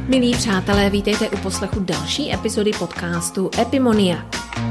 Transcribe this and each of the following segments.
Milí přátelé, vítejte u poslechu další epizody podcastu Epimoniak.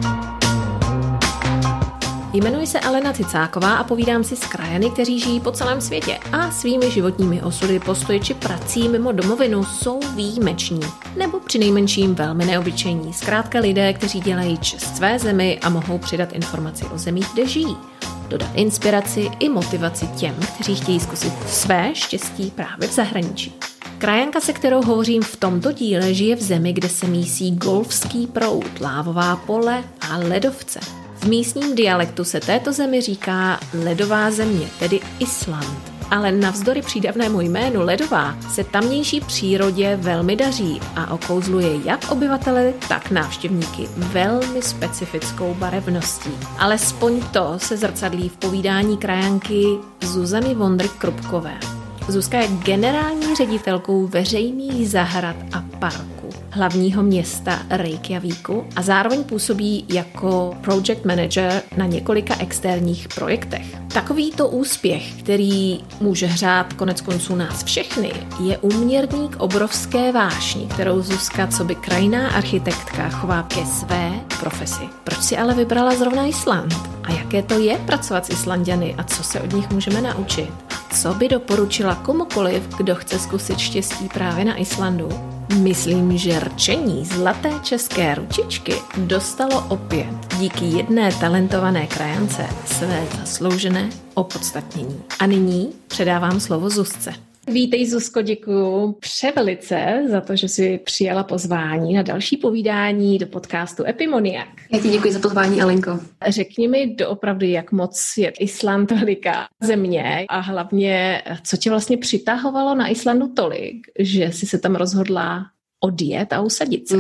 Jmenuji se Alena Cicáková a povídám si s krajany, kteří žijí po celém světě a svými životními osudy, postoji či prací mimo domovinu jsou výjimeční, nebo přinejmenším velmi neobyčejní. Zkrátka lidé, kteří dělají čest své zemi a mohou přidat informaci o zemích, kde žijí. Dodat inspiraci i motivaci těm, kteří chtějí zkusit své štěstí právě v zahraničí. Krajanka, se kterou hovořím v tomto díle, žije v zemi, kde se mísí golfský proud, lávová pole a ledovce. V místním dialektu se této zemi říká ledová země, tedy Island. Ale navzdory přídavnému jménu ledová se tamnější přírodě velmi daří a okouzluje jak obyvatele, tak návštěvníky velmi specifickou barevností. Alespoň to se zrcadlí v povídání krajanky Zuzany Vondry-Krupkové. Zuzka je generální ředitelkou veřejných zahrad a parku hlavního města Reykjavíku a zároveň působí jako project manager na několika externích projektech. Takovýto úspěch, který může hřát konec konců nás všechny, je úměrný k obrovské vášni, kterou Zuzka coby krajinná architektka chová ke své profesi. Proč si ale vybrala zrovna Island? A jaké to je pracovat s Islanďany a co se od nich můžeme naučit? Co by doporučila komukoliv, kdo chce zkusit štěstí právě na Islandu? Myslím, že rčení zlaté české ručičky dostalo opět díky jedné talentované krajance své zasloužené opodstatnění. A nyní předávám slovo Zuzce. Vítej, Zuzko, děkuju převelice za to, že jsi přijala pozvání na další povídání do podcastu Epimoniak. Já ti děkuji za pozvání, Alenko. Řekni mi doopravdy, jak moc je Island veliká země a hlavně, co tě vlastně přitahovalo na Islandu tolik, že jsi se tam rozhodla odjet a usadit se.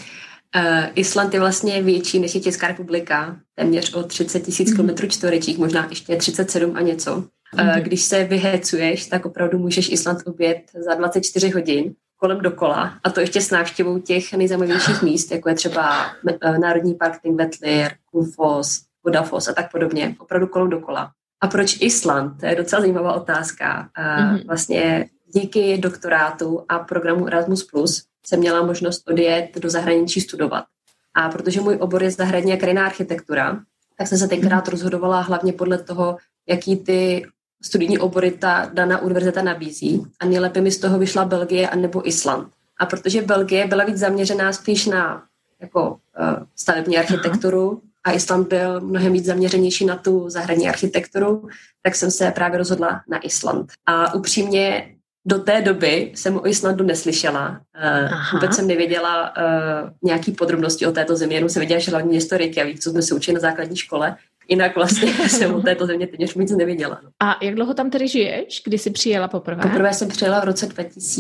Island je vlastně větší než je Česká republika, téměř o 30 000 km čtverečních, možná ještě 37 a něco. Když se vyhecuješ, tak opravdu můžeš Island objet za 24 hodin kolem dokola a to ještě s návštěvou těch nejzajímavějších míst, jako je třeba Národní park Thingvellir, Gullfoss, Godafoss a tak podobně, opravdu kolem dokola. A proč Island? To je docela zajímavá otázka. Vlastně díky doktorátu a programu Erasmus+ jsem měla možnost odjet do zahraničí studovat. A protože můj obor je zahradní a krajinná architektura, tak jsem se tenkrát rozhodovala hlavně podle toho, jaký ty studijní obory ta daná univerzita nabízí. A nejlépe mi z toho vyšla Belgie anebo Island. A protože Belgie byla víc zaměřená spíš na jako stavební architekturu a Island byl mnohem víc zaměřenější na tu zahradní architekturu, tak jsem se právě rozhodla na Island. A upřímně do té doby jsem o Islandu neslyšela. Vůbec jsem nevěděla nějaký podrobnosti o této zemi, jenom jsem věděla, že hlavní město Reykjavík, co jsme se učili na základní škole. Jinak vlastně jsem o této země téměř nic nevěděla. A jak dlouho tam tedy žiješ, kdy jsi přijela poprvé? Poprvé jsem přijela v roce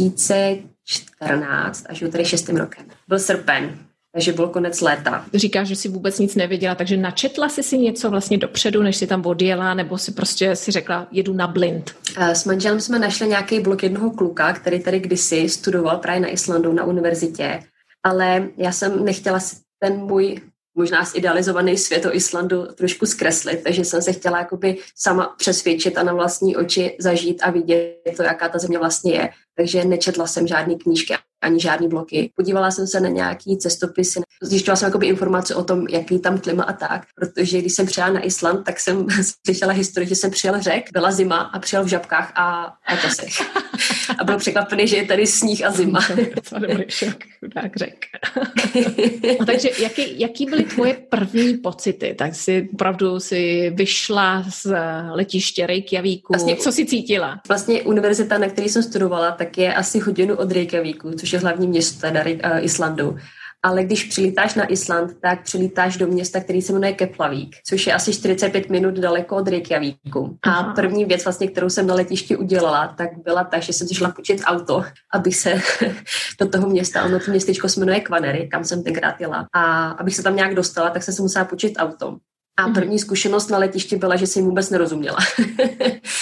2014 a žiju tady 6. rokem. Byl srpen, takže byl konec léta. Říkáš, že jsi vůbec nic nevěděla, takže načetla jsi si něco vlastně dopředu, než jsi tam odjela, nebo si prostě si řekla, jedu na blind? S manželem jsme našli nějaký blog jednoho kluka, který tady kdysi studoval právě na Islandu na univerzitě, ale já jsem nechtěla si ten můj možná zidealizovaný svět o Islandu trošku zkreslit, takže jsem se chtěla jakoby sama přesvědčit a na vlastní oči zažít a vidět to, jaká ta země vlastně je. Takže nečetla jsem žádný knížky ani žádný bloky. Podívala jsem se na nějaký cestopisy, zjišťovala jsem jakoby informace o tom, jaký tam klima a tak, protože když jsem přijela na Island, tak jsem slyšela historii, že jsem přijel řek, byla zima a přijel v žabkách a kosech. A byl překvapený, že je tady sníh a zima. To dobrý šok, chudák řek. A takže jaký byly tvoje první pocity? Tak si opravdu si vyšla z letiště Reykjavíku. Vlastně, co jsi cítila? Vlastně univerzita, na které jsem studovala, tak je asi hodinu od Reykjavíku, což je hlavní město tady Islandu. Ale když přilítáš na Island, tak přilítáš do města, který se jmenuje Keflavík, což je asi 45 minut daleko od Reykjavíku. A první věc, vlastně, kterou jsem na letišti udělala, tak byla ta, že jsem si šla půjčit auto, aby se do toho města, ono to městečko se jmenuje Kvanery, kam jsem tenkrát jela. A abych se tam nějak dostala, tak jsem se musela půjčit auto. A první zkušenost na letišti byla, že jsem jim vůbec nerozuměla.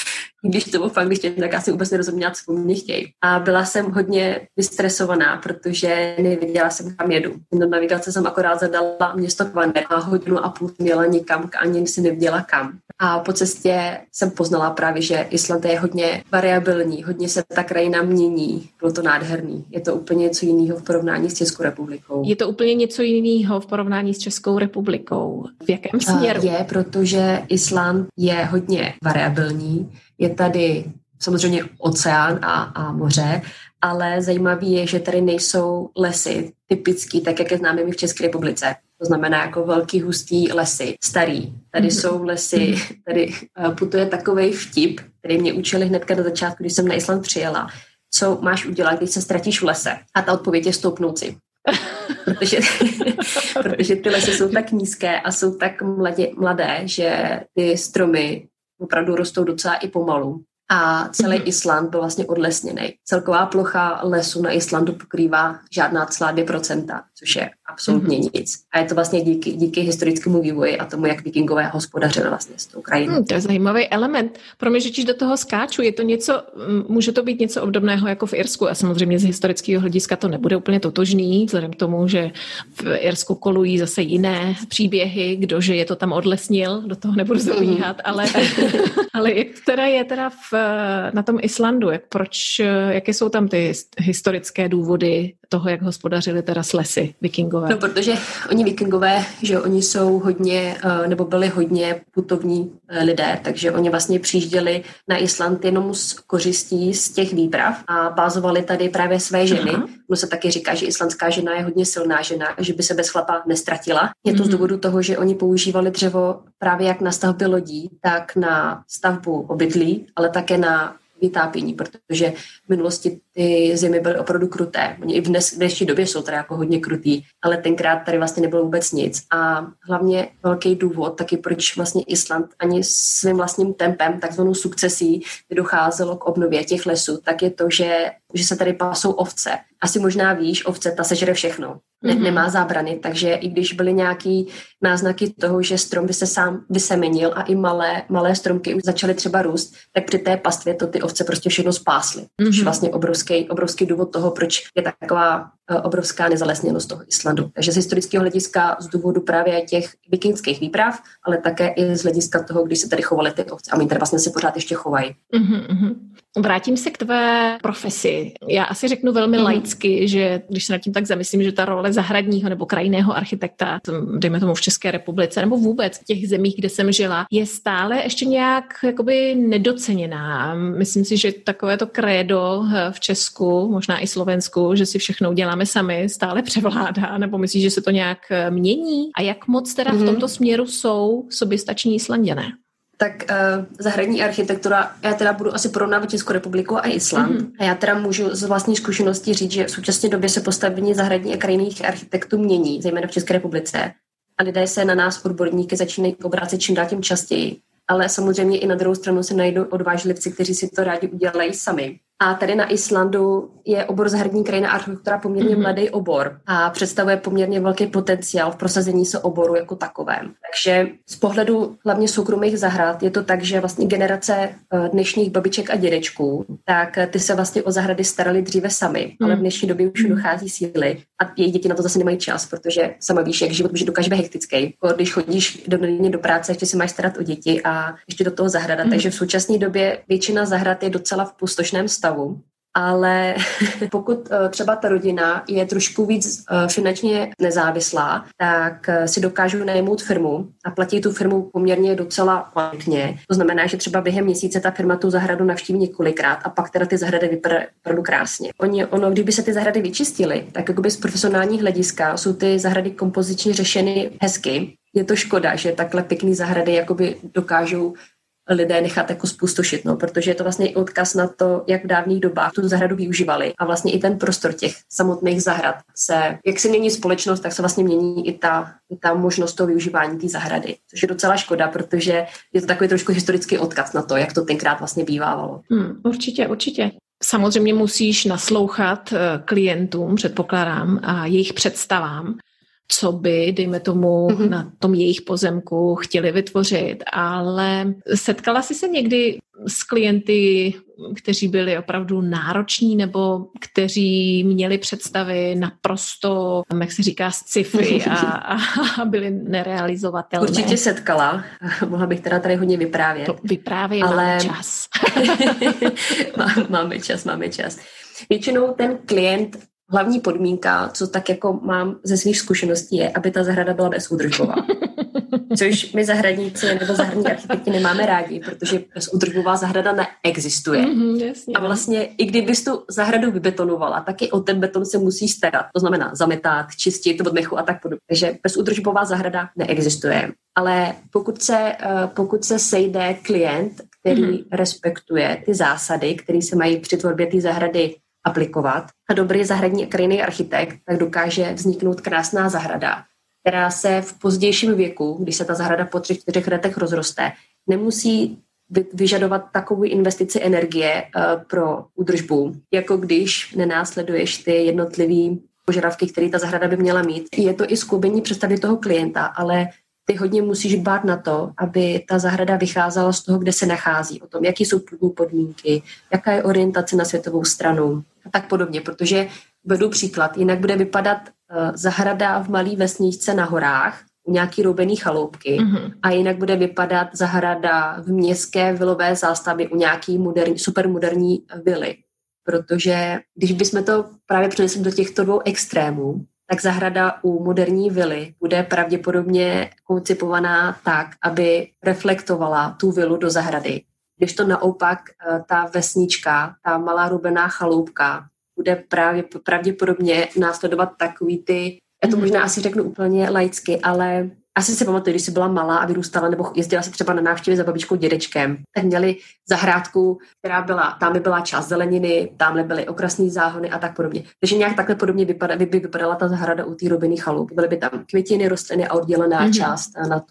Když to bylo fakt, tak já si vůbec nerozuměla, co po mně chtějí. A byla jsem hodně vystresovaná, protože nevěděla jsem, kam jedu. Do navigace jsem akorát zadala město Kvander a 1,5 hodiny měla nikam, ani si nevěděla kam. A po cestě jsem poznala právě, že Island je hodně variabilní, hodně se ta krajina mění. Bylo to nádherný. Je to úplně něco jiného v porovnání s Českou republikou. Je to úplně něco jiného v porovnání s Českou republikou. V jakém směru? Je, protože Island je hodně variabilní. Je tady samozřejmě oceán a moře, ale zajímavý je, že tady nejsou lesy typický, tak jak je známe my v České republice. To znamená jako velký hustý lesy, starý. Tady jsou lesy, tady putuje takovej vtip, který mě učili hnedka na začátku, když jsem na Island přijela. Co máš udělat, když se ztratíš v lese? A ta odpověď je stoupnout si. Protože ty lesy jsou tak nízké a jsou tak mladé, že ty stromy opravdu rostou docela i pomalu. A celý Island byl vlastně odlesněný. Celková plocha lesu na Islandu pokrývá žádná celá 2%, což je absolutně nic. A je to vlastně díky historickému vývoji a tomu, jak vikingové hospodařili vlastně s tou krajinou. To je zajímavý element. Pro mě, že do toho skáču, je to něco, může to být něco obdobného jako v Irsku a samozřejmě z historického hlediska to nebude úplně totožný, vzhledem k tomu, že v Irsku kolují zase jiné příběhy, kdože je to tam odlesnil, do toho nebudu zabíhat, ale jak teda je na tom Islandu, jaké jsou tam ty historické důvody toho, jak hospodařili teda s lesy vikingové? No, protože oni vikingové, že oni jsou hodně, nebo byli hodně putovní lidé, takže oni vlastně přijížděli na Island jenom z kořistí z těch výprav a bázovali tady právě své ženy. No se taky říká, že islandská žena je hodně silná žena, že by se bez chlapa nestratila. Je to z důvodu toho, že oni používali dřevo právě jak na stavbě lodí, tak na stavbu obydlí, ale také na vytápění, protože v minulosti ty zimy byly opravdu kruté. Oni i v dnešní době jsou tady jako hodně krutý, ale tenkrát tady vlastně nebylo vůbec nic. A hlavně velký důvod taky, proč vlastně Island ani svým vlastním tempem, takzvanou sukcesí, docházelo k obnově těch lesů, tak je to, že se tady pasou ovce. Asi možná víš, ovce, ta sežere všechno. Nemá zábrany, takže i když byly nějaký náznaky toho, že strom by se sám vysemenil a i malé stromky už začaly třeba růst, tak při té pastvě to ty ovce prostě všechno spásly. Což je vlastně obrovský důvod toho, proč je taková obrovská nezalesněnost toho Islandu. Takže z historického hlediska z důvodu právě těch vikingských výprav, ale také i z hlediska toho, když se tady chovaly ty ovce. A my tady vlastně se pořád ještě chovají. Vrátím se k tvé profesi. Já asi řeknu velmi laicky, že když se nad tím tak zamyslím, že ta role zahradního nebo krajinného architekta, dejme tomu v České republice, nebo vůbec v těch zemích, kde jsem žila, je stále ještě nějak jakoby nedoceněná. Myslím si, že takové to krédo v Česku, možná i Slovensku, že si všechno uděláme sami, stále převládá, nebo myslíš, že se to nějak mění? A jak moc teda v tomto směru jsou soběstační Islanďané? Tak zahradní architektura, já teda budu asi porovnávat Českou republiku a Island. A já teda můžu z vlastní zkušenosti říct, že v současné době se postavení zahradní a krajinných architektů mění, zejména v České republice. A lidé se na nás odborníky začínají obracet čím dál tím častěji. Ale samozřejmě i na druhou stranu se najdou odvážlivci, kteří si to rádi udělají sami. A tady na Islandu je obor zahradní krajina architektura poměrně mladý obor a představuje poměrně velký potenciál v prosazení se oboru jako takovém. Takže z pohledu hlavně soukromých zahrad je to tak, že vlastně generace dnešních babiček a dědečků, tak ty se vlastně o zahrady starali dříve sami, ale v dnešní době už dochází síly a jejich děti na to zase nemají čas, protože sama víš, jak život může dokáže být hektický. Když chodíš do práce, ještě si máš starat o děti a ještě do toho zahrada. Takže v současné době většina zahrad je docela v pustošném stavu. Ale pokud třeba ta rodina je trošku víc finančně nezávislá, tak si dokážou najmout firmu a platí tu firmu poměrně docela kvalitně. To znamená, že třeba během měsíce ta firma tu zahradu navštíví několikrát a pak teda ty zahrady vypadají krásně. Kdyby se ty zahrady vyčistily, tak jakoby z profesionálních hlediska jsou ty zahrady kompozičně řešeny hezky. Je to škoda, že takhle pěkný zahrady jakoby dokážou lidé nechat jako spustošit, protože je to vlastně i odkaz na to, jak v dávných dobách tu zahradu využívali a vlastně i ten prostor těch samotných zahrad jak se mění společnost, tak se vlastně mění i ta možnost toho využívání té zahrady, což je docela škoda, protože je to takový trošku historický odkaz na to, jak to tenkrát vlastně bývávalo. Určitě. Samozřejmě musíš naslouchat klientům, předpokládám, a jejich představám. co by, dejme tomu, na tom jejich pozemku chtěli vytvořit, ale setkala jsi se někdy s klienty, kteří byli opravdu nároční nebo kteří měli představy naprosto, jak se říká, sci-fi a byly nerealizovatelné? Určitě setkala. Mohla bych teda tady hodně vyprávět. To vyprávěj, ale... máme čas. Máme čas. Většinou ten klient, hlavní podmínka, co tak jako mám ze svých zkušeností, je, aby ta zahrada byla bezúdržbová. Což my zahradníci nebo zahradní architekti nemáme rádi, protože bezúdržbová zahrada neexistuje. Jasně. A vlastně i kdybys tu zahradu vybetonovala, tak i o ten beton se musí starat. To znamená zametat, čistit od mechu a tak podobně. Takže bezúdržbová zahrada neexistuje. Ale pokud se sejde klient, který respektuje ty zásady, které se mají při tvorbě té zahrady aplikovat, a dobrý zahradní a krajinný architekt, tak dokáže vzniknout krásná zahrada, která se v pozdějším věku, když se ta zahrada po 3-4 letech rozroste, nemusí vyžadovat takovou investici energie pro údržbu, jako když nenásleduješ ty jednotlivý požadavky, které ta zahrada by měla mít. Je to i skloubení představy toho klienta, ale ty hodně musíš dbát na to, aby ta zahrada vycházela z toho, kde se nachází, o tom, jaký jsou půdní podmínky, jaká je orientace na světovou stranu a tak podobně, protože vedu příklad, jinak bude vypadat zahrada v malé vesničce na horách, u nějaký roubený chaloupky a jinak bude vypadat zahrada v městské vilové zástavbě u nějaký supermoderní vily. Protože když bychom to právě přenesli do těchto dvou extrémů, tak zahrada u moderní vily bude pravděpodobně koncipovaná tak, aby reflektovala tu vilu do zahrady. Když to naopak ta vesnička, ta malá roubená chaloupka, bude pravděpodobně následovat takový ty, já to možná asi řeknu úplně laicky, ale asi si pamatuju, když jsi byla malá a vyrůstala nebo jezdila si třeba na návštěvy za babičkou, dědečkem, tak měli zahrádku, která byla, tam by byla část zeleniny, tamhle byly okrasné záhony a tak podobně. Takže nějak takhle podobně by vypadala ta zahrada u té roubené chalupy. Byly by tam květiny, rostliny a oddělená část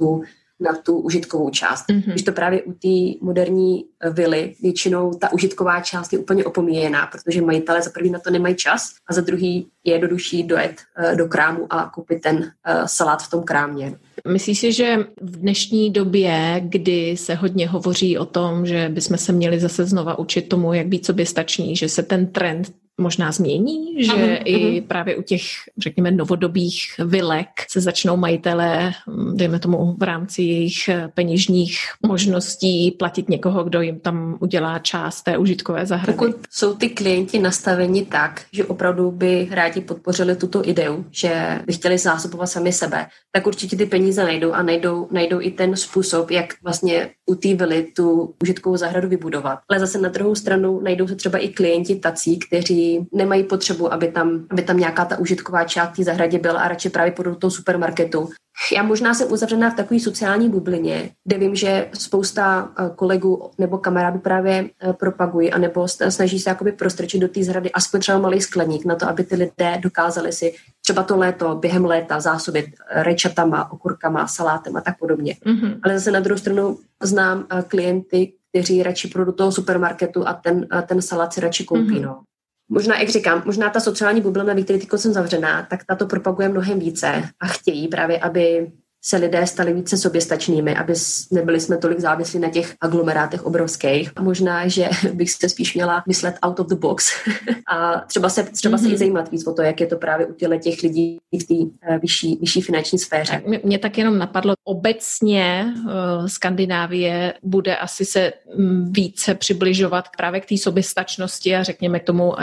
na tu užitkovou část. Když to právě u té moderní vily, většinou ta užitková část je úplně opomíjená, protože majitelé za první na to nemají čas a za druhý je jednodušší dojet do krámu a koupit ten salát v tom krámě. Myslíš si, že v dnešní době, kdy se hodně hovoří o tom, že bychom se měli zase znova učit tomu, jak být soběstační, že se ten trend možná změní, že i právě u těch, řekněme, novodobých vilek se začnou majitelé, dejme tomu v rámci jejich peněžních možností platit někoho, kdo jim tam udělá část té užitkové zahrady. Pokud jsou ty klienti nastaveni tak, že opravdu by rádi podpořili tuto ideu, že by chtěli zásobovat sami sebe, tak určitě ty peníze najdou a najdou i ten způsob, jak vlastně u té vily tu užitkovou zahradu vybudovat. Ale zase na druhou stranu najdou se třeba i klienti tací, kteří nemají potřebu, aby tam nějaká ta užitková část té zahradě byla a radši právě půjdou do toho supermarketu. Já možná jsem uzavřená v takové sociální bublině, kde vím, že spousta kolegů nebo kamarádů právě propagují anebo snaží se jakoby prostrčit do té zahrady aspoň třeba malý skleník na to, aby ty lidé dokázali si třeba to léto, během léta zásobit rajčatama, okurkama, salátem a tak podobně. Ale zase na druhou stranu znám klienty, kteří radši půjdou do toho supermarketu a ten salát si radši koupí. No. Možná, jak říkám, možná ta sociální bublina, ve které jsem zavřená, tak ta to propaguje mnohem více a chtějí právě, aby se lidé stali více soběstačnými, aby nebyli jsme tolik závislí na těch aglomerátech obrovských. A možná, že bych se spíš měla myslet out of the box a třeba se i zajímat víc o to, jak je to právě u těch lidí v té vyšší finanční sféře. Mě tak jenom napadlo, obecně Skandinávie bude asi se více přibližovat právě k té soběstačnosti a řekněme k tomu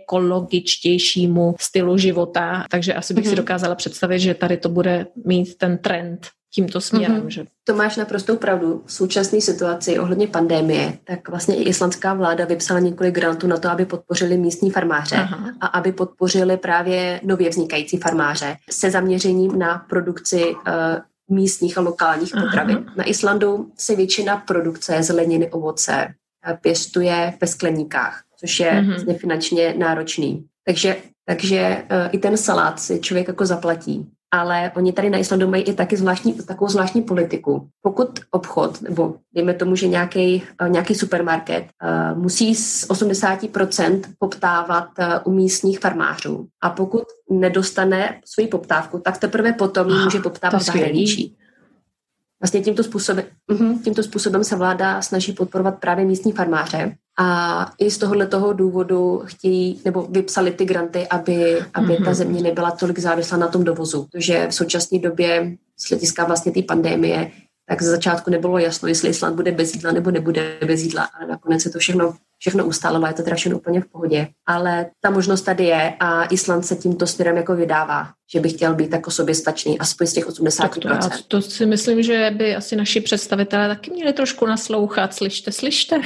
ekologičtějšímu stylu života, takže asi bych si dokázala představit, že tady to bude mít ten trend tímto směrem. Že? To máš naprostou pravdu. V současné situaci ohledně pandemie, tak vlastně i islandská vláda vypsala několik grantů na to, aby podpořili místní farmáře a aby podpořili právě nově vznikající farmáře se zaměřením na produkci místních a lokálních potravin. Na Islandu se většina produkce zeleniny, ovoce pěstuje ve skleníkách, což je vlastně finančně náročný. Takže i ten salát si člověk jako zaplatí. ale oni tady na Islandu mají i taky takovou zvláštní politiku. Pokud obchod, nebo dejme tomu, že nějaký supermarket musí z 80% poptávat u místních farmářů a pokud nedostane svoji poptávku, tak teprve potom ji může poptávat v zahraničí. Vlastně tímto způsobem se vláda snaží podporovat právě místní farmáře a i z tohoto důvodu chtějí, nebo vypsali ty granty, aby ta země nebyla tolik závislá na tom dovozu. Protože v současné době z hlediska vlastně té pandémie, tak ze začátku nebylo jasno, jestli Island bude bez jídla nebo nebude bez jídla, ale nakonec se to všechno ustálilo, je to teda všechno úplně v pohodě. Ale ta možnost tady je a Island se tímto směrem jako vydává, že by chtěl být jako soběstačný, aspoň z těch 80%. To si myslím, že by asi naši představitelé taky měli trošku naslouchat. Slyšte.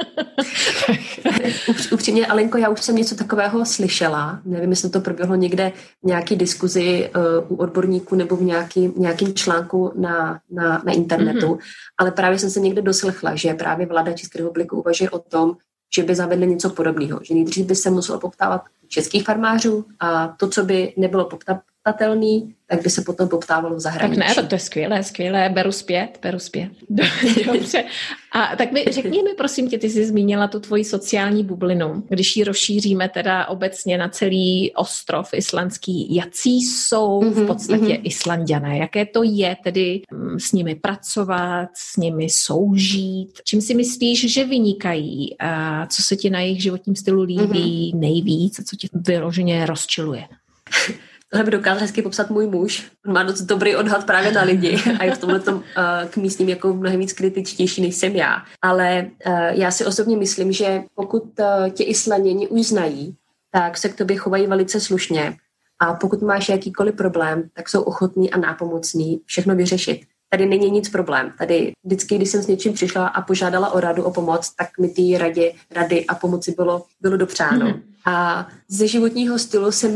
Upřímně, Alenko, já už jsem něco takového slyšela. Nevím, jestli to proběhlo někde v nějaký diskuzi u odborníků nebo v nějakým článku na internetu, ale právě jsem se někde doslechla, že právě vláda České republiky uvažuje o tom, že by zavedli něco podobného. Že nejdřív by se muselo poptávat českých farmářů a to, co by nebylo poptatelný, tak by se potom poptávalo v zahraničí. Tak ne, to je skvělé, beru zpět. Dobře. A tak mi řekni mi, prosím tě, ty jsi zmínila tu tvoji sociální bublinu, když ji rozšíříme teda obecně na celý ostrov islandský. Jací jsou v podstatě Islanďané? Jaké to je tedy s nimi pracovat, s nimi soužít? Čím si myslíš, že vynikají? A co se ti na jejich životním stylu líbí nejvíc a co tě vyloženě rozčiluje? Tohle by dokázal hezky popsat můj muž. On má dost dobrý odhad právě na lidi a je v tomhletom k místním jako mnohem víc kritičtější, než jsem já. Ale já si osobně myslím, že pokud tě Islanděni už znají, tak se k tobě chovají velice slušně a pokud máš jakýkoliv problém, tak jsou ochotní a nápomocní všechno vyřešit. Tady není nic problém. Tady vždycky, když jsem s něčím přišla a požádala o radu, o pomoc, tak mi ty rady a pomoci bylo dopřáno. A ze životního stylu se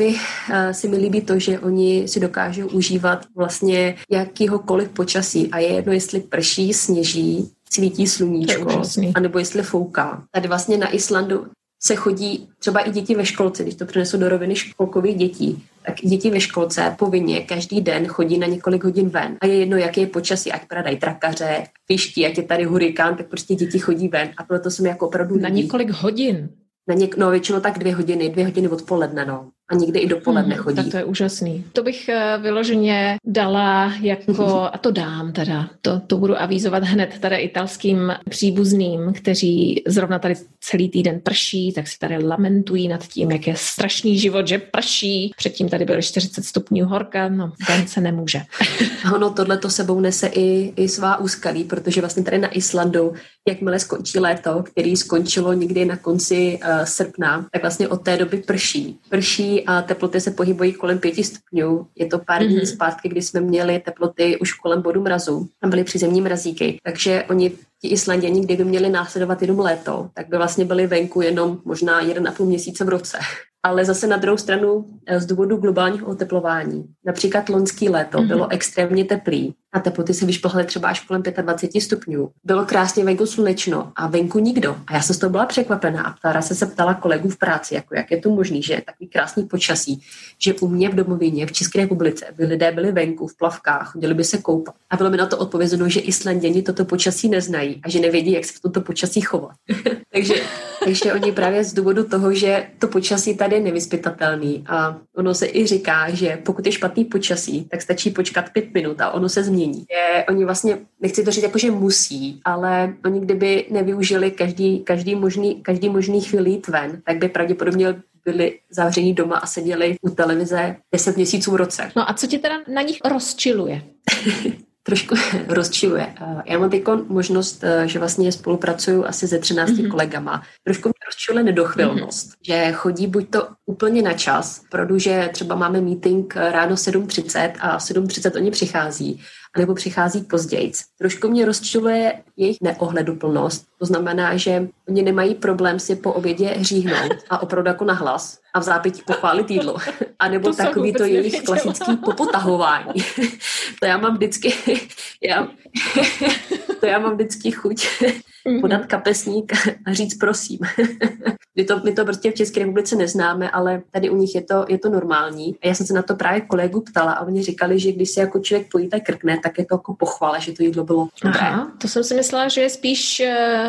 mi líbí to, že oni si dokážou užívat vlastně jakýhokoliv počasí. A je jedno, jestli prší, sněží, svítí sluníčko, anebo jestli fouká. Tady vlastně na Islandu se chodí třeba i děti ve školce, když to přinesou do roviny školkových dětí, tak děti ve školce povinně každý den chodí na několik hodin ven. A je jedno, jaké je počasí, ať padají trakaře, piští, ať je tady hurikán, tak prostě děti chodí ven. A proto se mi jako opravdu líbí. Na několik hodin? Většinou tak 2 hodiny odpoledne, no. A někdy i dopoledne chodí. Tak to je úžasný. To bych vyloženě dala jako, a to dám teda, to budu avizovat hned tady italským příbuzným, kteří zrovna tady celý týden prší, tak si tady lamentují nad tím, jak je strašný život, že prší. Předtím tady bylo 40 stupňů horka, no ven se nemůže. Ono tohleto sebou nese i svá úskalí, protože vlastně tady na Islandu, jakmile skončí léto, který skončilo někdy na konci srpna, tak vlastně od té doby prší a teploty se pohybují kolem 5 stupňů. Je to pár dní zpátky, kdy jsme měli teploty už kolem bodu mrazu. Tam byly přízemní mrazíky. Takže oni, ti Islanděni, kdyby měli následovat jenom léto, tak by vlastně byli venku jenom možná 1,5 měsíce v roce. Ale zase na druhou stranu z důvodu globálního oteplování. Například loňský léto bylo extrémně teplý a teploty se vyšplhaly třeba až kolem 25 stupňů. Bylo krásně venku slunečno a venku nikdo. A já jsem z toho byla překvapená a se ptala kolegů v práci, jako jak je to možný, že je takový krásný počasí, že u mě v domovině v České republice lidé byli venku v plavkách, chodili by se koupat. A bylo mi na to odpovězeno, že Islanděni toto počasí neznají a že nevědí, jak se v tomto počasí chovat. Takže oni právě z důvodu toho, že to počasí tady je nevyzpytatelný a ono se i říká, že pokud je špatný počasí, tak stačí počkat 5 minut a ono se změní. Oni vlastně, nechci to říct jako, že musí, ale oni kdyby nevyužili každý možný chvíli jít ven, tak by pravděpodobně byli zavření doma a seděli u televize 10 měsíců v roce. No a co tě teda na nich rozčiluje? Trošku rozčiluje. Já mám teď možnost, že vlastně spolupracuju asi se 13 kolegama. Trošku mě rozčiluje nedochvilnost, že chodí buď to úplně na čas, protože třeba máme meeting ráno 7:30 a 7:30 oni přichází, anebo přichází později. Trošku mě rozčiluje jejich neohleduplnost. To znamená, že oni nemají problém si po obědě hříhnout a opravdu jako nahlas a v zápětí pochválit jídlo. A nebo takový to jejich klasický popotahování. To já mám vždycky chuť podat kapesník a říct prosím. My to prostě v České republice neznáme, ale tady u nich je to normální. A já jsem se na to právě kolegu ptala a oni říkali, že když se jako člověk pojí tak krkne, tak je to jako pochvala, že to jídlo bylo dobré. Aha, to jsem si myslela, že je spíš,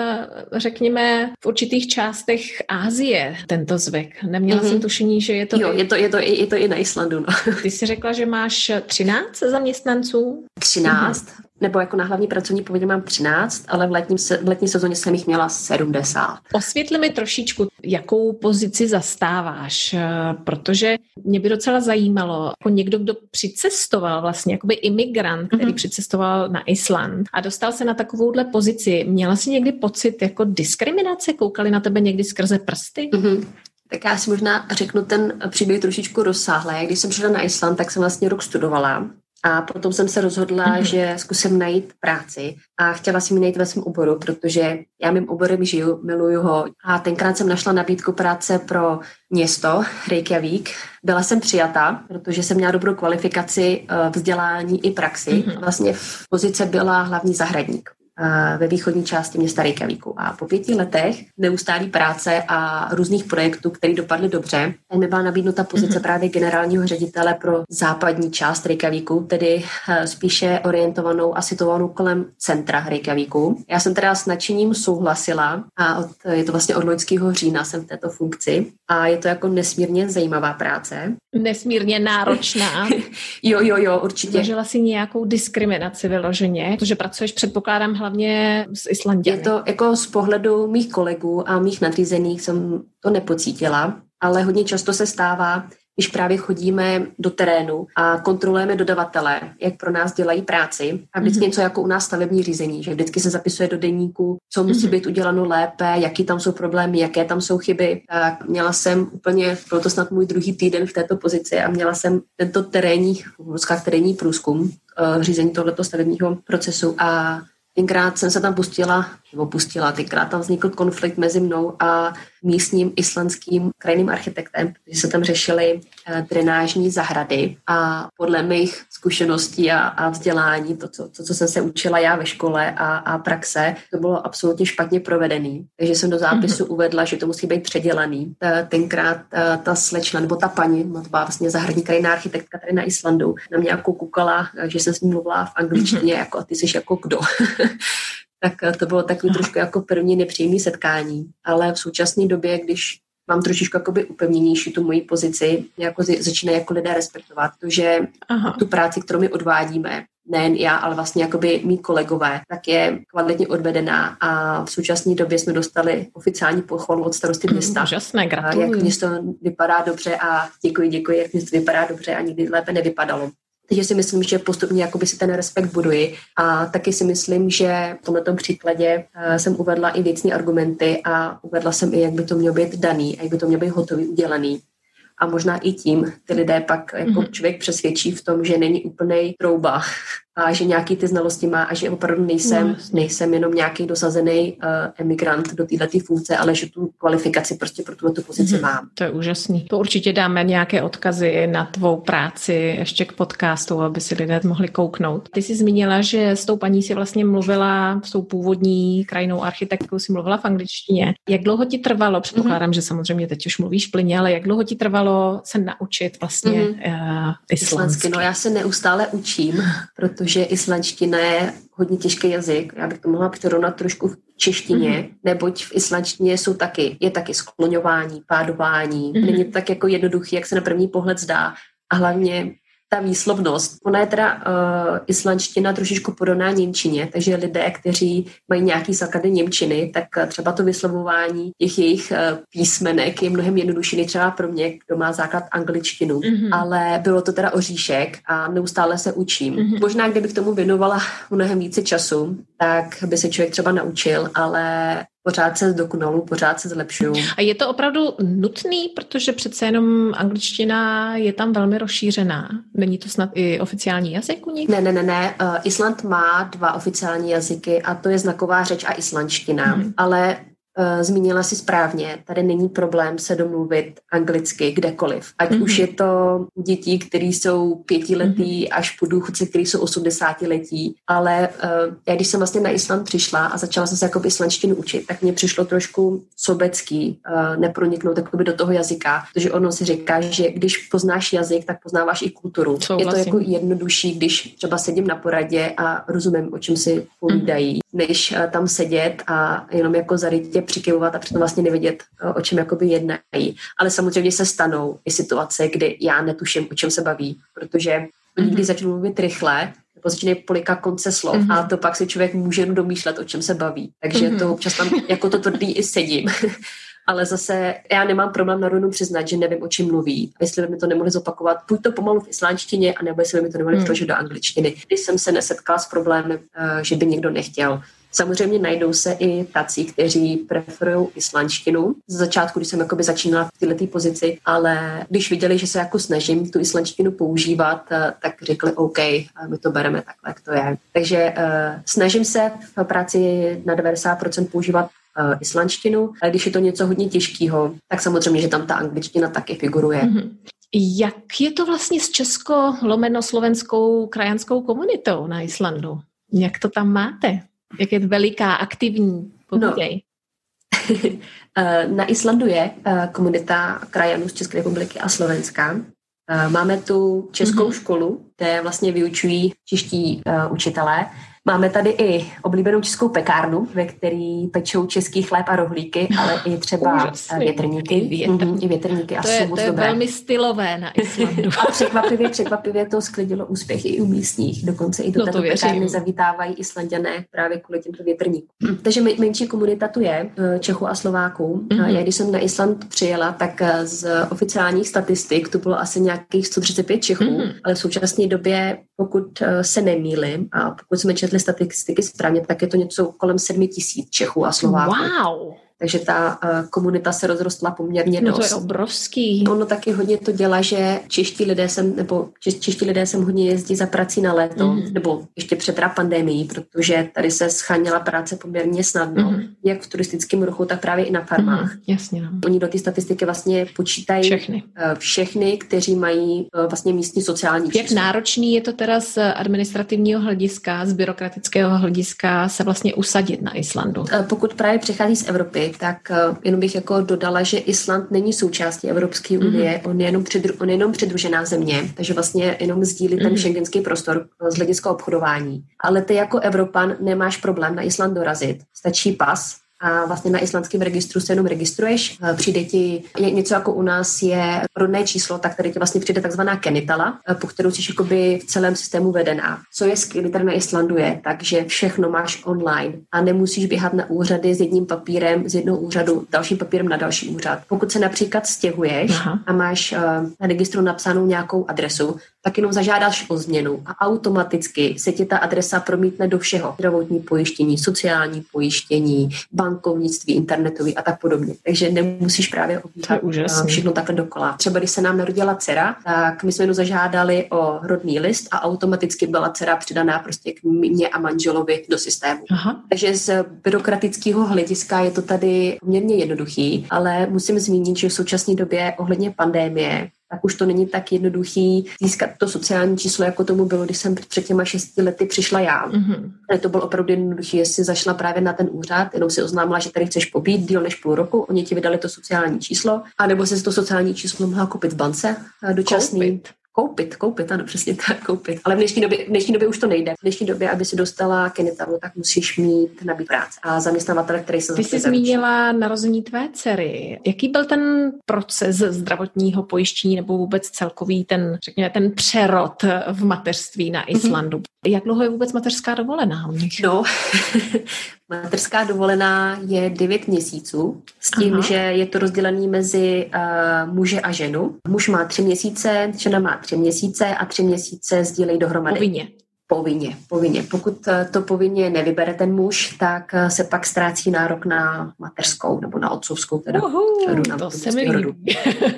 řekněme, v určitých částech Asie tento zvyk. Neměla jsem tušení, že je to... Jo, je to i na Islandu. No. Ty jsi řekla, že máš 13 zaměstnanců? 13, nebo jako na hlavní pracovní poměr mám 13, ale v letní sezóně jsem jich měla 70. Osvětli mi trošičku, jakou pozici zastáváš, protože mě by docela zajímalo, jako někdo, kdo přicestoval vlastně, jakoby imigrant, který přicestoval na Island a dostal se na takovouhle pozici. Měla jsi někdy pocit jako diskriminace? Koukali na tebe někdy skrze prsty? Tak já si možná řeknu ten příběh trošičku rozsáhle. Když jsem přišla na Island, tak jsem vlastně rok studovala. A potom jsem se rozhodla, že zkusím najít práci a chtěla jsem ji najít ve svém oboru, protože já mým oborem žiju, miluju ho. A tenkrát jsem našla nabídku práce pro město Reykjavík. Byla jsem přijata, protože jsem měla dobrou kvalifikaci, vzdělání i praxi. Vlastně v pozici byla hlavní zahradník ve východní části města Reykjavíku. A po 5 letech neustálý práce a různých projektů, které dopadly dobře, mi byla nabídnuta pozice právě generálního ředitele pro západní část Reykjavíku, tedy spíše orientovanou a situovanou kolem centra Reykjavíku. Já jsem teda s nadšením souhlasila a je to vlastně od loňského října jsem v této funkci a je to jako nesmírně zajímavá práce. Nesmírně náročná. Jo, určitě. Zažila jsi nějakou diskriminaci vyloženě, protože pracuješ, předpokládám, hlavně s Islanďany. Je to jako z pohledu mých kolegů a mých nadřízených jsem to nepocítila, ale hodně často se stává, když právě chodíme do terénu a kontrolujeme dodavatele, jak pro nás dělají práci a vždycky něco jako u nás stavební řízení, že vždycky se zapisuje do deníku, co musí být uděláno lépe, jaký tam jsou problémy, jaké tam jsou chyby. Tak měla jsem úplně, bylo to snad můj druhý týden v této pozici a měla jsem tento terénní průzkum řízení tohoto stavebního procesu a tenkrát jsem se tam tenkrát tam vznikl konflikt mezi mnou a místním islandským krajinným architektem, protože se tam řešily drenážní zahrady a podle mých zkušeností a vzdělání, to, co jsem se učila já ve škole a praxe, to bylo absolutně špatně provedený. Takže jsem do zápisu uvedla, že to musí být předělaný. Tenkrát ta slečna, nebo ta paní, to byla vlastně zahradní krajinná architektka tady na Islandu, na mě jako koukala, že jsem s ní mluvila v angličtině, jako a ty jsi jako kdo. Tak to bylo takový trošku jako první nepříjemné setkání. Ale v současné době, když mám trošičku jakoby upevněnější tu moji pozici, jako začínají jako lidé respektovat to, že tu práci, kterou my odvádíme, nejen já, ale vlastně jakoby mý kolegové, tak je kvalitně odvedená a v současné době jsme dostali oficiální pochvalu od starosty města. Úžasné, gratuluju. Jak město vypadá dobře a děkuji, jak město vypadá dobře a nikdy lépe nevypadalo. Takže si myslím, že postupně jakoby si ten respekt buduji a taky si myslím, že v tomto příkladě jsem uvedla i věcné argumenty a uvedla jsem i, jak by to mělo být daný a jak by to mělo být hotový, udělaný. A možná i tím ty lidé pak jako člověk přesvědčí v tom, že není úplnej trouba a že nějaký ty znalosti má a že opravdu nejsem jenom nějaký dosazený emigrant do této funkce, ale že tu kvalifikaci prostě pro tuto pozici mám. To je úžasný. To určitě dáme nějaké odkazy na tvou práci ještě k podcastu, aby si lidé mohli kouknout. Ty jsi zmínila, že s tou paní si vlastně mluvila, s tou původní krajinnou architektkou si mluvila v angličtině. Jak dlouho ti trvalo, předpokládám, že samozřejmě teď už mluvíš plynně, ale jak dlouho ti trvalo se naučit vlastně islandsky? No já se neustále učím, protože islandština je hodně těžký jazyk. Já bych to mohla přirovnat trošku v češtině, neboť v islandštině je taky skloňování, pádování. Není to tak jako jednoduchý, jak se na první pohled zdá. A hlavně ta výslovnost. Ona je teda islandština trošičku podobná němčině, takže lidé, kteří mají nějaký základy němčiny, tak třeba to vyslovování těch jejich písmenek je mnohem jednodušší než třeba pro mě, kdo má základ angličtinu. Ale bylo to teda oříšek a neustále se učím. Možná, kdybych tomu věnovala mnohem více času, tak by se člověk třeba naučil, ale pořád se zdokonaluju, pořád se zlepšuju. A je to opravdu nutný, protože přece jenom angličtina je tam velmi rozšířená. Není to snad i oficiální jazyk u nich? Ne. Island má 2 oficiální jazyky a to je znaková řeč a islandština, ale Zmínila si správně, tady není problém se domluvit anglicky kdekoliv. Ať už je to dětí, které jsou 5letý, až po důchodce, který jsou 80letí. Ale já když jsem vlastně na Island přišla a začala jsem se jakoby islandštinu učit, tak mně přišlo trošku sobecký neproniknout jakoby do toho jazyka, protože ono si říká, že když poznáš jazyk, tak poznáváš i kulturu. Je to jako jednodušší, když třeba sedím na poradě a rozumím, o čem si povídají, než tam sedět a jenom jako zarytě přikyvovat a přitom vlastně nevědět, o čem jakoby jednají. Ale samozřejmě se stanou i situace, kdy já netuším, o čem se baví, protože když začnu mluvit rychle, nebo začínají polikat konce slov a to pak si člověk může jenom domýšlet, o čem se baví. Takže to občas tam jako to tvrdý i sedím. Ale zase já nemám problém na rovinu přiznat, že nevím, o čem mluví. A jestli by mi to nemohli zopakovat, buď to pomalu v islandštině, anebo jestli by mi to nemohli přeložit do angličtiny. Když jsem se nesetkala s problémem, že by někdo nechtěl. Samozřejmě najdou se i tací, kteří preferují islandštinu. Z začátku, když jsem jakoby začínala v této pozici, ale když viděli, že se jako snažím tu islandštinu používat, tak řekli OK, my to bereme takhle, jak to je. Takže snažím se v práci na 90% používat islandštinu, ale když je to něco hodně těžkého, tak samozřejmě, že tam ta angličtina taky figuruje. Jak je to vlastně s česko-slovenskou krajanskou komunitou na Islandu? Jak to tam máte? Jak je veliká, aktivní? Povídej. Na Islandu je komunita krajanů z České republiky a Slovenska. Máme tu českou školu, kde vlastně vyučují čeští učitelé. Máme tady i oblíbenou českou pekárnu, ve který pečou český chléb a rohlíky, ale i třeba větrníky. I větrníky a jsou moc dobré. To je velmi stylové na Islandu. A překvapivě to sklidilo úspěch i u místních. Dokonce i do této pekárny zavítávají Islanďané právě kvůli těmto větrníkům. Takže menší komunita tu je, Čechů a Slováků. Já když jsem na Island přijela, tak z oficiálních statistik to bylo asi nějakých 135 Čechů, ale v současné době, pokud se nemýlím a pokud jsme četli statistiky správně, tak je to něco kolem 7 000 Čechů a Slováků. Wow! Takže ta komunita se rozrostla poměrně dost. To je obrovský. Ono taky hodně to dělá, že čeští lidé sem hodně jezdí za prací na léto, nebo ještě před pandemií, protože tady se scháněla práce poměrně snadno, jak v turistickém ruchu, tak právě i na farmách. Jasně. No. Oni do té statistiky vlastně počítají všechny, kteří mají vlastně místní sociální číslo. Jak náročný je to teda z administrativního hlediska, z byrokratického hlediska se vlastně usadit na Islandu? Pokud právě přichází z Evropy, tak jenom bych jako dodala, že Island není součástí Evropské unie, on je jenom přidružená země, takže vlastně jenom sdílí ten schengenský prostor z hlediska obchodování. Ale ty jako Evropan nemáš problém na Island dorazit. Stačí pas a vlastně na islandském registru se jenom registruješ. Přijde ti něco jako u nás je rodné číslo, tak tady ti vlastně přijde takzvaná kenitala, po kterou jsi jakoby v celém systému vedená. Co je skvělé tady na Islandu je, takže všechno máš online a nemusíš běhat na úřady s jedním papírem z jednoho úřadu, dalším papírem na další úřad. Pokud se například stěhuješ a máš na registru napsanou nějakou adresu, tak jenom zažádáš o změnu a automaticky se ti ta adresa promítne do všeho. Zdravotní pojištění, sociální pojištění, bankovnictví, internetový a tak podobně. Takže nemusíš právě obíhat všechno takhle dokola. Třeba když se nám narodila dcera, tak my jsme jenom zažádali o rodný list a automaticky byla dcera přidaná prostě k mně a manželovi do systému. Takže z byrokratického hlediska je to tady poměrně jednoduchý, ale musím zmínit, že v současné době ohledně pandemie tak už to není tak jednoduchý získat to sociální číslo, jako tomu bylo, když jsem před těma 6 lety přišla já. Ale to bylo opravdu jednoduchý, jestli zašla právě na ten úřad, jenom si oznámila, že tady chceš pobít díl než půl roku, oni ti vydali to sociální číslo, anebo si to sociální číslo mohla koupit v bance dočasný. Koupit, ano, přesně tak, koupit. Ale v dnešní době už to nejde. V dnešní době, aby si dostala kenitalu, tak musíš mít nabít práci. A zaměstnavatele, který se Ty jsi zmínila narození tvé dcery. Jaký byl ten proces zdravotního pojištění nebo vůbec celkový ten přerod v mateřství na Islandu? Jak dlouho je vůbec mateřská dovolená u nich? No, mateřská dovolená je 9 měsíců s tím, že je to rozdělené mezi muže a ženu. Muž má 3 měsíce, žena má 3 měsíce a 3 měsíce sdílejí dohromady. Povinně. Povinně. Pokud to povinně nevybere ten muž, tak se pak ztrácí nárok na mateřskou nebo na otcovskou. Teda, to se mi líbí.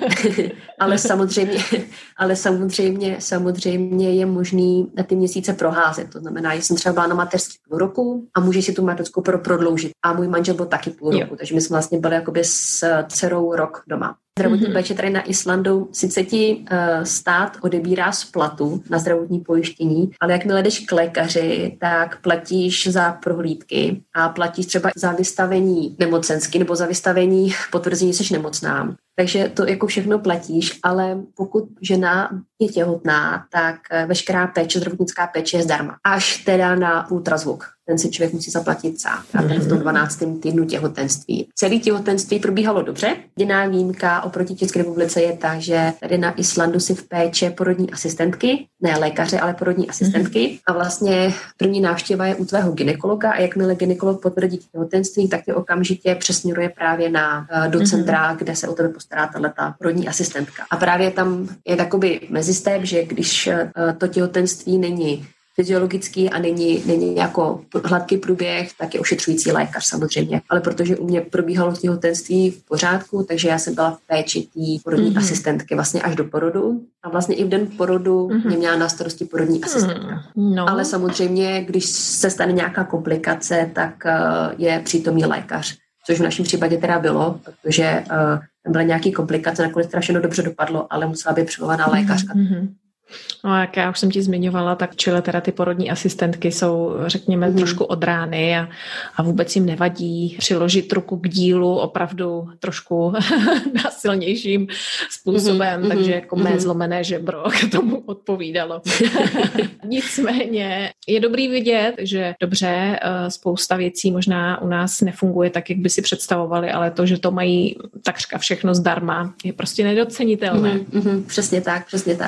ale samozřejmě je možný na ty měsíce proházet. To znamená, že jsem třeba byla na mateřský půl roku a může si tu mateřskou prodloužit. A můj manžel byl taky půl roku, takže my jsme vlastně byli jakoby s dcerou rok doma. Zdravotní péče tady na Islandu sice ti stát odebírá z platu na zdravotní pojištění, ale jakmile jdeš k lékaři, tak platíš za prohlídky a platíš třeba za vystavení nemocensky nebo za vystavení potvrzení, že jsi nemocná. Takže to jako všechno platíš, ale pokud žena je těhotná, tak veškerá péče, zdravotnická péče je zdarma. Až teda na ultrazvuk. Ten si člověk musí zaplatit sám. A ten v tom 12. týdnu těhotenství. Celé těhotenství probíhalo dobře. Jediná výjimka oproti České republice je ta, že tady na Islandu si v péče porodní asistentky, ne lékaře, ale porodní asistentky. A vlastně první návštěva je u tvého gynekologa a jakmile gynekolog potvrdí těhotenství, tak tě okamžitě přesměruje právě do centra, kde se o tebe postará ta porodní asistentka. A právě tam je takový mezistép, že když to těhotenství není fyziologický a není jako hladký průběh, tak je ošetřující lékař samozřejmě. Ale protože u mě probíhalo těhotenství v pořádku, takže já jsem byla v péči té porodní asistentky vlastně až do porodu. A vlastně i v den porodu mě měla na starosti porodní asistentka. No. Ale samozřejmě, když se stane nějaká komplikace, tak je přítomný lékař. Což v našem případě teda bylo, protože tam byly nějaké komplikace, nakonec strašně dobře dopadlo, ale musela být přivolená lékařka. No, jak já už jsem ti zmiňovala, tak čile teda ty porodní asistentky jsou, řekněme, trošku od rány a vůbec jim nevadí přiložit ruku k dílu opravdu trošku násilnějším způsobem, takže jako mé zlomené žebro k tomu odpovídalo. Nicméně je dobrý vidět, že dobře, spousta věcí možná u nás nefunguje tak, jak by si představovali, ale to, že to mají takřka všechno zdarma, je prostě nedocenitelné. Přesně tak.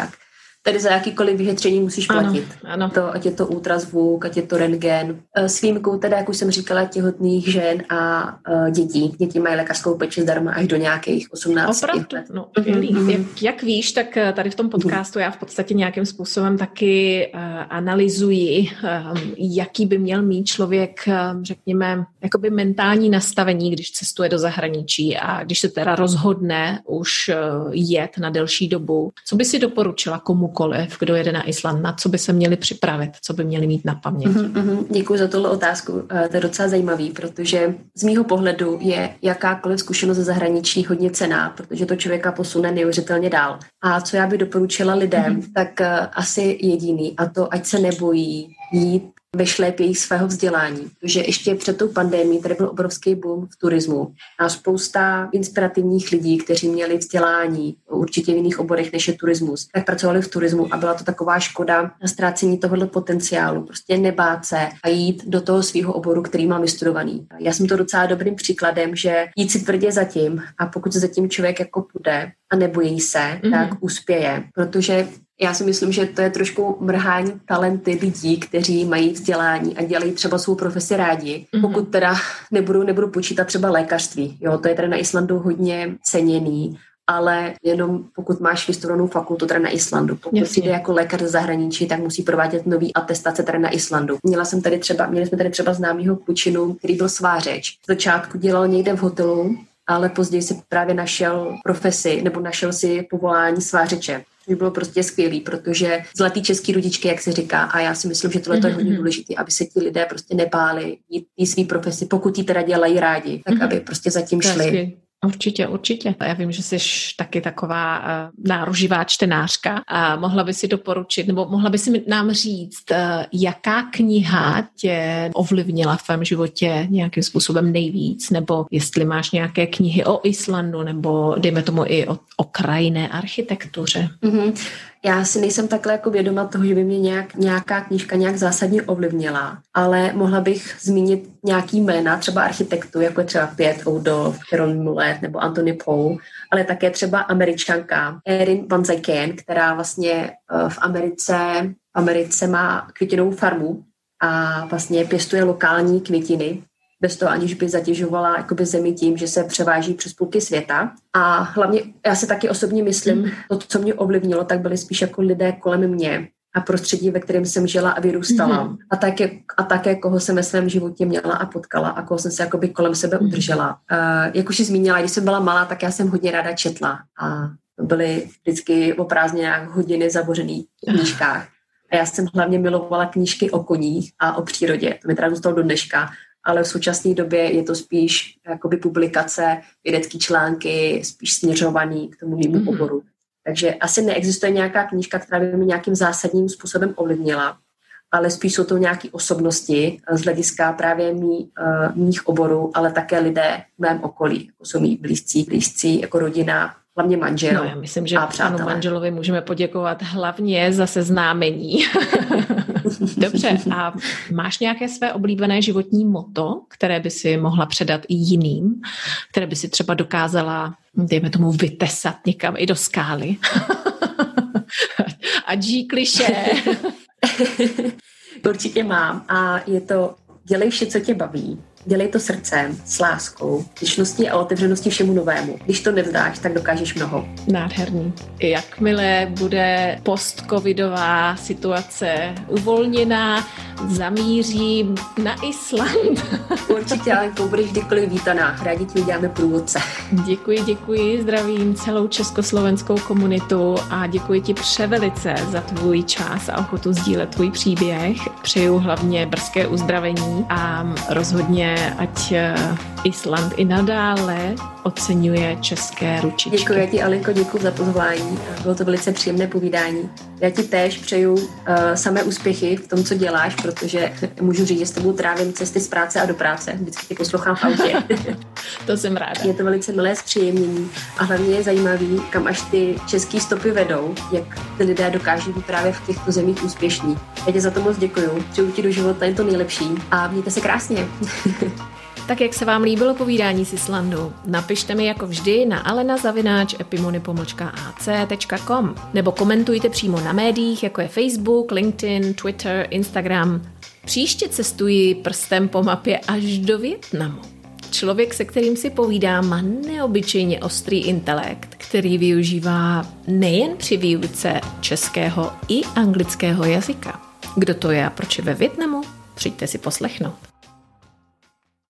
Tady za jakýkoliv vyšetření musíš platit. Ano. Ať je to ultrazvuk, ať je to rentgen. S výjimkou teda, jak už jsem říkala, těhotných žen a dětí. Děti mají lékařskou péči zdarma až do nějakých 18 let. No, jak víš, tak tady v tom podcastu já v podstatě nějakým způsobem taky analyzuji, jaký by měl mít člověk, řekněme, jakoby mentální nastavení, když cestuje do zahraničí a když se teda rozhodne už jet na delší dobu. Co by si doporučila komukoliv, kdo jede na Island, na co by se měli připravit, co by měli mít na paměti? Děkuji za tuhle otázku. To je docela zajímavý, protože z mýho pohledu je jakákoliv zkušenost ze zahraničí hodně cenná, protože to člověka posune neuvěřitelně dál. A co já bych doporučila lidem, tak asi jediný, a to ať se nebojí jít ve šlépěji svého vzdělání. Protože ještě před tou pandemií tady byl obrovský boom v turismu a spousta inspirativních lidí, kteří měli vzdělání určitě v jiných oborech, než je turismus, tak pracovali v turismu a byla to taková škoda na ztrácení tohoto potenciálu. Prostě nebát se a jít do toho svého oboru, který mám vystudovaný. Já jsem to docela dobrým příkladem, že jít si tvrdě zatím a pokud se zatím člověk jako půjde a nebojí se, tak uspěje. Protože já si myslím, že to je trošku mrhání talenty lidí, kteří mají vzdělání a dělají třeba svou profesi rádi. Pokud teda nebudu počítat třeba lékařství. Jo, to je tady na Islandu hodně ceněný, ale jenom pokud máš vystudovanou fakultu tady na Islandu. Pokud jde jako lékař ze zahraničí, tak musí provádět nový atestace tady na Islandu. Měli jsme tady třeba známýho klučinu, který byl svářeč. V začátku dělal někde v hotelu, ale později si právě našel profesi nebo našel si povolání svářeče. To bylo prostě skvělý, protože zlatý český rudičky, jak se říká, a já si myslím, že tohle je hodně důležité, aby se ti lidé prostě nebáli jít svý profesi, pokud ji teda dělají rádi, tak aby prostě zatím šli. Určitě. Já vím, že jsi taky taková náruživá čtenářka a mohla by si doporučit, nebo mohla by si nám říct, jaká kniha tě ovlivnila v tvém životě nějakým způsobem nejvíc, nebo jestli máš nějaké knihy o Islandu, nebo dejme tomu i o krajinné architektuře. Já si nejsem takhle jako vědoma toho, že by mě nějaká knížka nějak zásadně ovlivnila, ale mohla bych zmínit nějaký jména, třeba architektů, jako je třeba Piet Oudolf, Carol Mulet nebo Anthony Pou, ale také třeba Američanka Erin Van Zyken, která vlastně v Americe má květinovou farmu a vlastně pěstuje lokální květiny, bez toho, aniž by zatěžovala jakoby zemi tím, že se převáží přes půlky světa. A hlavně já si taky osobně myslím, to, co mě ovlivnilo, tak byli spíš jako lidé kolem mě. a prostředí, ve kterém jsem žila a vyrůstala. A také, koho jsem ve svém životě měla a potkala a koho jsem se jakoby kolem sebe udržela. Jak už jsi zmínila, když jsem byla malá, tak já jsem hodně ráda četla a byly vždycky o prázdninách hodiny zabořený v knížkách. A já jsem hlavně milovala knížky o koních a o přírodě. To mi teda zůstalo do dneška, ale v současné době je to spíš jakoby publikace, vědecké články, spíš směřovaný k tomu mému oboru. Takže asi neexistuje nějaká knížka, která by mě nějakým zásadním způsobem ovlivnila, ale spíš jsou to nějaké osobnosti z hlediska právě mých oborů, ale také lidé v mém okolí, jako jsou mý blízcí, jako rodina, hlavně manžel. No, já myslím, že panu manželovi můžeme poděkovat hlavně za seznámení. Dobře, a máš nějaké své oblíbené životní motto, které by si mohla předat i jiným, které by si třeba dokázala, dejme tomu, vytesat někam i do skály? A klišé. Určitě mám a je to: dělej vše, co tě baví. Dělej to srdcem, s láskou, vděčností a otevřeností všemu novému. Když to nevzdáš, tak dokážeš mnoho. Nádherný. Jakmile bude post-covidová situace uvolněná, zamířím na Island. Určitě, Alenko, budeš kdykoliv vítaná. Rádi ti uděláme průvodce. Děkuji, zdravím celou československou komunitu a děkuji ti převelice za tvůj čas a ochotu sdílet tvůj příběh. Přeju hlavně brzké uzdravení a rozhodně ať Island i nadále oceňuje české ručičky. Děkuji ti, Alenko, děkuji za pozvání. Bylo to velice příjemné povídání. Já ti též přeju samé úspěchy v tom, co děláš, protože můžu říct, že s tebou trávím cesty z práce a do práce. Vždycky tě poslouchám v autě. To jsem ráda. Je to velice milé zpříjemnění a hlavně je zajímavý, kam až ty české stopy vedou, jak ty lidé dokáží být právě v těchto zemích úspěšní. Já tě za to moc děkuju. Přeju ti do života jen to nejlepší a mějte se krásně. Tak jak se vám líbilo povídání z Islandu, napište mi jako vždy na alena@epimony.ac.com nebo komentujte přímo na médiích, jako je Facebook, LinkedIn, Twitter, Instagram. Příště cestuji prstem po mapě až do Vietnamu. Člověk, se kterým si povídám, má neobyčejně ostrý intelekt, který využívá nejen při výuce českého i anglického jazyka. Kdo to je a proč je ve Vietnamu? Přijďte si poslechnout.